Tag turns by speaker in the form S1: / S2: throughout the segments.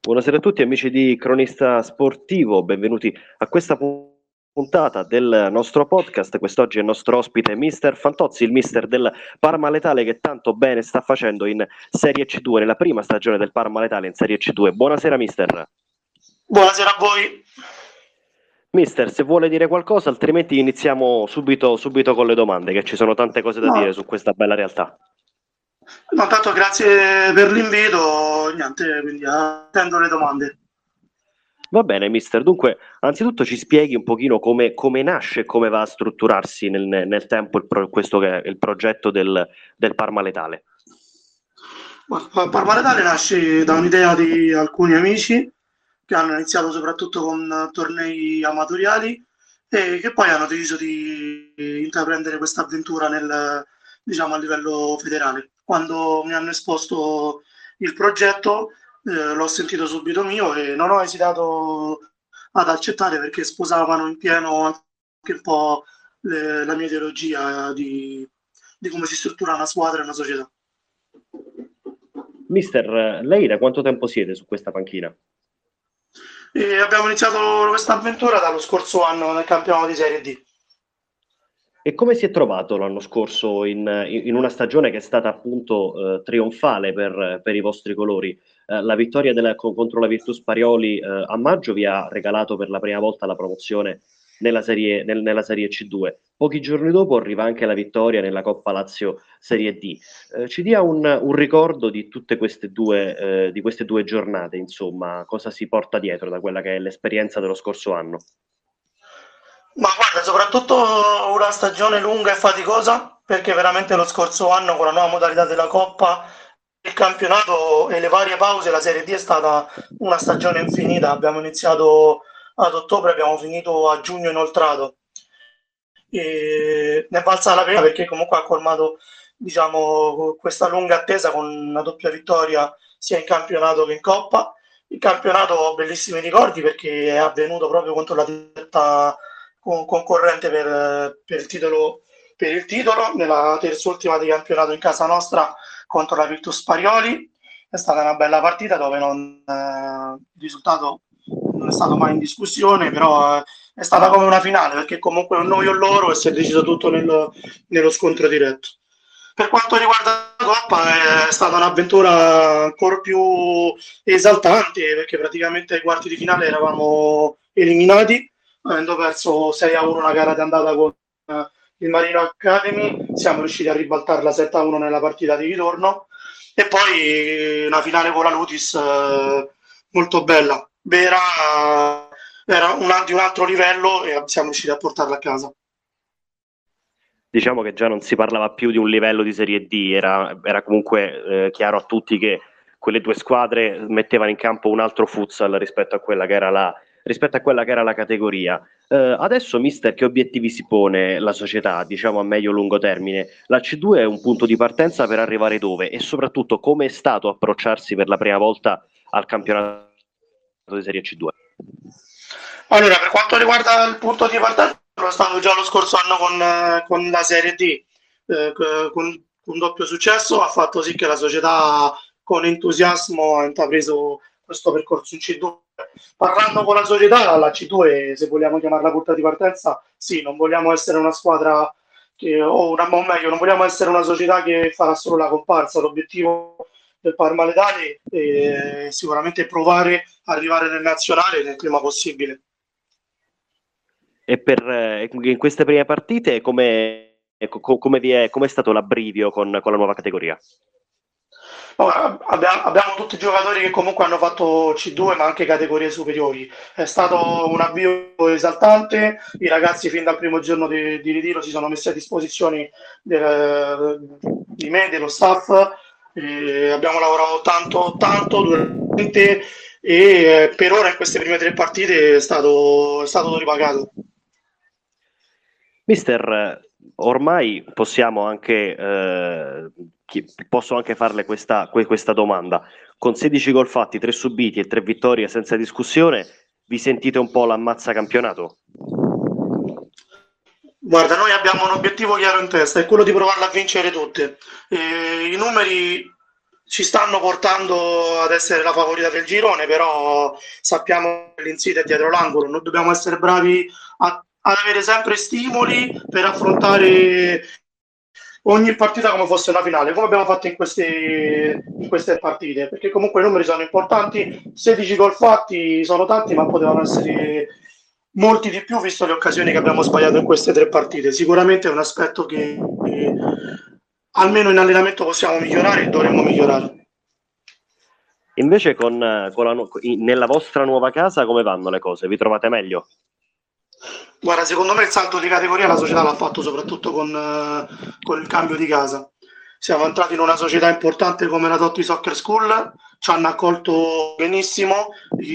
S1: Buonasera a tutti amici di Cronista Sportivo, benvenuti a questa puntata del nostro podcast. Quest'oggi è il nostro ospite Mister Fantozzi, il mister del Parma Letale che tanto bene sta facendo in Serie C2, nella prima stagione del Parma Letale in Serie C2. Buonasera mister.
S2: Buonasera a voi.
S1: Mister, se vuole dire qualcosa, altrimenti iniziamo subito con le domande, che ci sono tante cose da dire su questa bella realtà.
S2: No, tanto grazie per l'invito, niente, quindi attendo le domande.
S1: Va bene, mister. Dunque, anzitutto ci spieghi un pochino come nasce e come va a strutturarsi nel tempo questo che è il progetto del Parma Letale.
S2: Parma Letale nasce da un'idea di alcuni amici che hanno iniziato soprattutto con tornei amatoriali e che poi hanno deciso di intraprendere questa avventura diciamo, a livello federale. Quando mi hanno esposto il progetto, l'ho sentito subito mio e non ho esitato ad accettare perché sposavano in pieno anche un po' la mia ideologia di come si struttura una squadra e una società.
S1: Mister, lei da quanto tempo siede su questa panchina?
S2: E abbiamo iniziato questa avventura dallo scorso anno nel campionato di Serie D.
S1: E come si è trovato l'anno scorso in una stagione che è stata appunto trionfale per i vostri colori? La vittoria contro la Virtus Parioli a maggio vi ha regalato per la prima volta la promozione nella nella serie C2. Pochi giorni dopo arriva anche la vittoria nella Coppa Lazio Serie D. Ci dia un ricordo di tutte di queste due giornate, insomma, cosa si porta dietro da quella che è l'esperienza dello scorso anno?
S2: Ma guarda, soprattutto una stagione lunga e faticosa, perché veramente lo scorso anno con la nuova modalità della Coppa, il campionato e le varie pause, la Serie D è stata una stagione infinita. Abbiamo iniziato ad ottobre, abbiamo finito a giugno inoltrato. E ne è valsa la pena perché comunque ha colmato, diciamo, questa lunga attesa con una doppia vittoria sia in campionato che in Coppa. Il campionato ho bellissimi ricordi perché è avvenuto proprio contro la diretta concorrente per il titolo nella terz'ultima di campionato in casa nostra contro la Virtus Parioli. È stata una bella partita dove il risultato non è stato mai in discussione, però è stata come una finale perché comunque noi o loro e si è deciso tutto nello scontro diretto. Per quanto riguarda la Coppa è stata un'avventura ancora più esaltante perché praticamente ai quarti di finale eravamo eliminati avendo perso 6-1 una gara di andata con il Marino Academy, siamo riusciti a ribaltarla 7-1 nella partita di ritorno e poi una finale con la Lutis molto bella, vera, era di un altro livello e siamo riusciti a portarla a casa.
S1: Diciamo che già non si parlava più di un livello di Serie D, era comunque chiaro a tutti che quelle due squadre mettevano in campo un altro futsal rispetto a quella che era la categoria. Adesso, mister, che obiettivi si pone la società, diciamo a medio-lungo termine? La C2 è un punto di partenza per arrivare dove? E soprattutto come è stato approcciarsi per la prima volta al campionato di Serie C2?
S2: Allora, per quanto riguarda il punto di partenza, lo stato già lo scorso anno con la Serie D, con un doppio successo, ha fatto sì che la società con entusiasmo ha intrapreso questo percorso in C2. Parlando con la società, la C2, se vogliamo chiamarla punta di partenza, sì, non vogliamo essere una squadra o meglio, non vogliamo essere una società che farà solo la comparsa. L'obiettivo del Parma Letale è sicuramente provare a arrivare nel nazionale nel prima possibile.
S1: E in queste prime partite come è stato l'abbrivio con la nuova categoria?
S2: Abbiamo tutti i giocatori che comunque hanno fatto C2 ma anche categorie superiori. È stato un avvio esaltante, i ragazzi fin dal primo giorno di ritiro si sono messi a disposizione di me, dello staff, abbiamo lavorato tanto duramente e per ora in queste prime 3 partite è stato ripagato.
S1: Mister, ormai possiamo anche, posso anche farle questa domanda. Con 16 gol fatti, 3 subiti e 3 vittorie senza discussione, vi sentite un po' l'ammazza campionato?
S2: Guarda, noi abbiamo un obiettivo chiaro in testa, è quello di provarla a vincere tutte. I numeri ci stanno portando ad essere la favorita del girone, però sappiamo che l'Insidia è dietro l'angolo, noi dobbiamo essere bravi ad avere sempre stimoli per affrontare ogni partita come fosse una finale, come abbiamo fatto in queste partite, perché comunque i numeri sono importanti, 16 gol fatti sono tanti, ma potevano essere molti di più visto le occasioni che abbiamo sbagliato in queste 3 partite. Sicuramente è un aspetto che almeno in allenamento possiamo migliorare e dovremmo migliorare.
S1: Invece nella vostra nuova casa come vanno le cose? Vi trovate meglio?
S2: Guarda, secondo me il salto di categoria la società l'ha fatto soprattutto con il cambio di casa. Siamo entrati in una società importante come la Totti Soccer School, ci hanno accolto benissimo,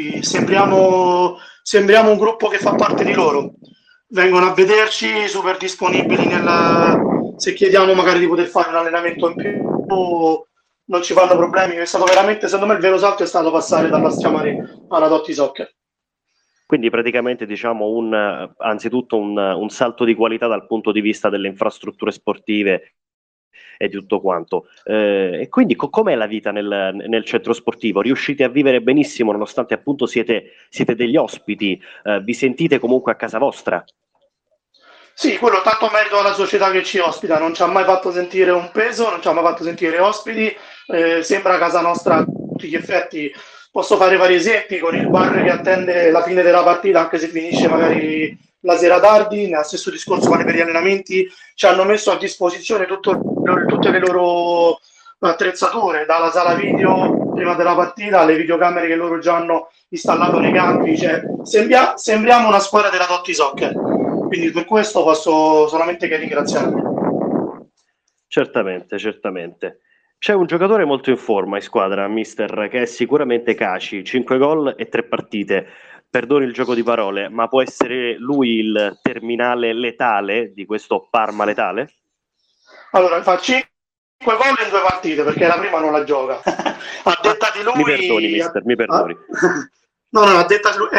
S2: sembriamo un gruppo che fa parte di loro. Vengono a vederci, super disponibili se chiediamo magari di poter fare un allenamento in più, non ci fanno problemi. È stato veramente, secondo me, il vero salto è stato passare dalla Stiamare alla Totti Soccer.
S1: Quindi praticamente diciamo anzitutto un salto di qualità dal punto di vista delle infrastrutture sportive e di tutto quanto. E quindi com'è la vita nel centro sportivo? Riuscite a vivere benissimo nonostante appunto siete degli ospiti? Vi sentite comunque a casa vostra?
S2: Sì, quello tanto merito alla società che ci ospita, non ci ha mai fatto sentire un peso, non ci ha mai fatto sentire ospiti, sembra casa nostra a tutti gli effetti. Posso fare vari esempi con il bar che attende la fine della partita, anche se finisce magari la sera tardi, nel stesso discorso vale per gli allenamenti, ci hanno messo a disposizione tutte le loro attrezzature, dalla sala video prima della partita alle videocamere che loro già hanno installato nei campi, cioè, sembriamo una squadra della Totti Soccer. Quindi per questo posso solamente che ringraziarvi.
S1: Certamente, certamente. C'è un giocatore molto in forma in squadra, mister, che è sicuramente Caci, 5 gol e 3 partite. Perdoni il gioco di parole, ma può essere lui il terminale letale di questo Parma letale?
S2: Allora, fa 5 gol in 2 partite perché la prima non la gioca. A detta di lui...
S1: Mi perdoni, mister, mi perdoni.
S2: No, a detta di lui,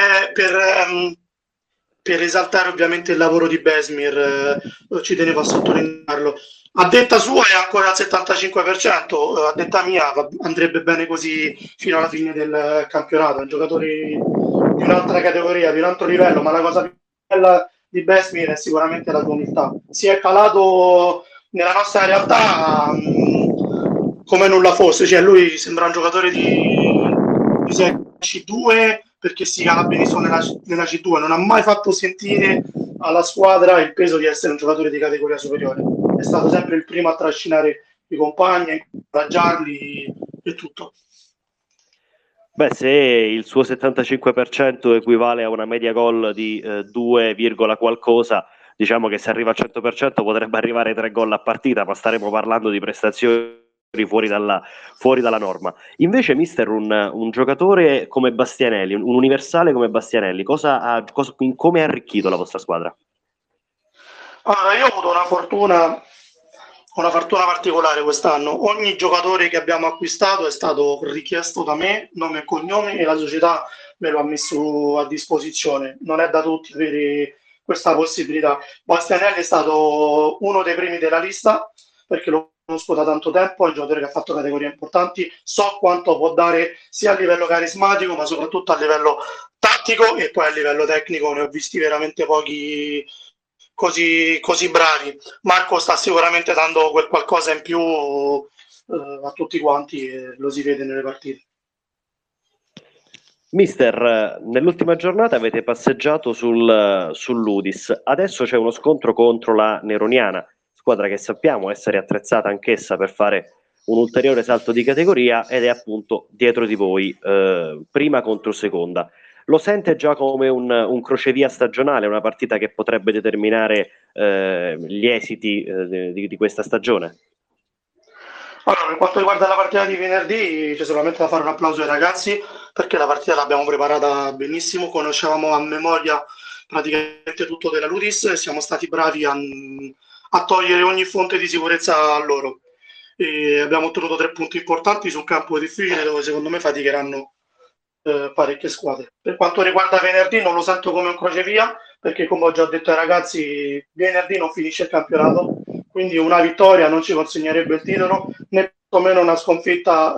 S2: per esaltare ovviamente il lavoro di Besmir, ci tenevo a sottolinearlo. A detta sua è ancora al 75%, a detta mia andrebbe bene così fino alla fine del campionato. È un giocatore di un'altra categoria, di un altro livello, ma la cosa più bella di Besmir è sicuramente la sua umiltà. Si è calato nella nostra realtà come nulla fosse, cioè lui sembra un giocatore di Serie C2 perché si cala benissimo nella C2, non ha mai fatto sentire alla squadra il peso di essere un giocatore di categoria superiore, è stato sempre il primo a trascinare i compagni, a incoraggiarli e tutto.
S1: Beh, se il suo 75% equivale a una media gol di 2, qualcosa, diciamo che se arriva al 100% potrebbe arrivare ai 3 gol a partita, ma staremo parlando di prestazioni fuori dalla norma. Invece, mister, un giocatore come Bastianelli, un universale come Bastianelli, come ha arricchito la vostra squadra?
S2: Allora, io ho avuto una fortuna particolare quest'anno. Ogni giocatore che abbiamo acquistato è stato richiesto da me, nome e cognome, e la società me lo ha messo a disposizione. Non è da tutti avere questa possibilità. Bastianelli è stato uno dei primi della lista perché lo conosco da tanto tempo, è un giocatore che ha fatto categorie importanti, so quanto può dare sia a livello carismatico ma soprattutto a livello tattico e poi a livello tecnico. Ne ho visti veramente pochi così bravi. Marco sta sicuramente dando quel qualcosa in più a tutti quanti e lo si vede nelle partite.
S1: Mister, nell'ultima giornata avete passeggiato sull'Udis, adesso c'è uno scontro contro la Neroniana, squadra che sappiamo essere attrezzata anch'essa per fare un ulteriore salto di categoria ed è appunto dietro di voi, prima contro seconda. Lo sente già come un crocevia stagionale, una partita che potrebbe determinare gli esiti di questa stagione?
S2: Allora, per quanto riguarda la partita di venerdì, c'è solamente da fare un applauso ai ragazzi perché la partita l'abbiamo preparata benissimo, conoscevamo a memoria praticamente tutto della Ludis e siamo stati bravi a togliere ogni fonte di sicurezza a loro. E abbiamo ottenuto 3 punti importanti su un campo difficile dove secondo me faticheranno parecchie squadre. Per quanto riguarda venerdì non lo sento come un crocevia perché come ho già detto ai ragazzi venerdì non finisce il campionato, quindi una vittoria non ci consegnerebbe il titolo, né meno una sconfitta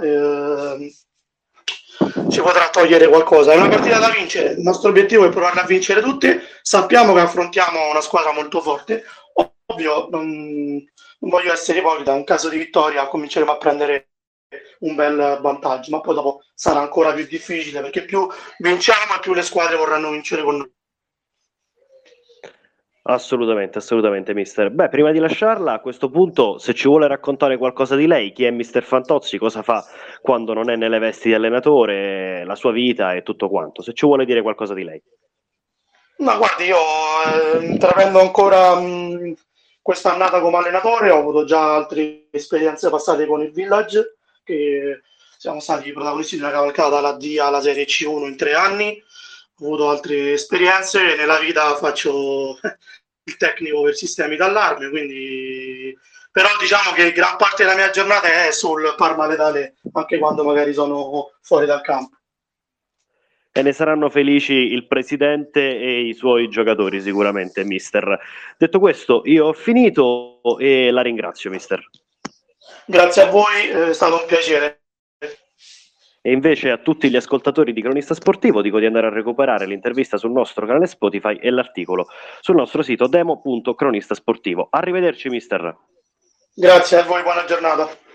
S2: ci potrà togliere qualcosa. È una partita da vincere, il nostro obiettivo è provare a vincere tutte, sappiamo che affrontiamo una squadra molto forte, ovvio non voglio essere ipocrita, in caso di vittoria cominceremo a prendere un bel vantaggio, ma poi dopo sarà ancora più difficile perché più vinciamo e più le squadre vorranno vincere con noi.
S1: Assolutamente, assolutamente, mister. Beh, prima di lasciarla, a questo punto, se ci vuole raccontare qualcosa di lei, chi è mister Fantozzi, cosa fa quando non è nelle vesti di allenatore, la sua vita e tutto quanto, se ci vuole dire qualcosa di lei.
S2: Ma guardi, io intraprendo ancora quest'annata come allenatore, ho avuto già altre esperienze passate con il Village, che siamo stati protagonisti di una cavalcata dalla D alla Serie C1 in 3 anni, ho avuto altre esperienze, nella vita faccio il tecnico per sistemi d'allarme, quindi però diciamo che gran parte della mia giornata è sul Parma Letale, anche quando magari sono fuori dal campo.
S1: E ne saranno felici il presidente e i suoi giocatori, sicuramente, mister. Detto questo, io ho finito e la ringrazio, mister.
S2: Grazie a voi, è stato un piacere.
S1: E invece a tutti gli ascoltatori di Cronista Sportivo dico di andare a recuperare l'intervista sul nostro canale Spotify e l'articolo sul nostro sito demo.cronistasportivo. Arrivederci, mister.
S2: Grazie a voi, buona giornata.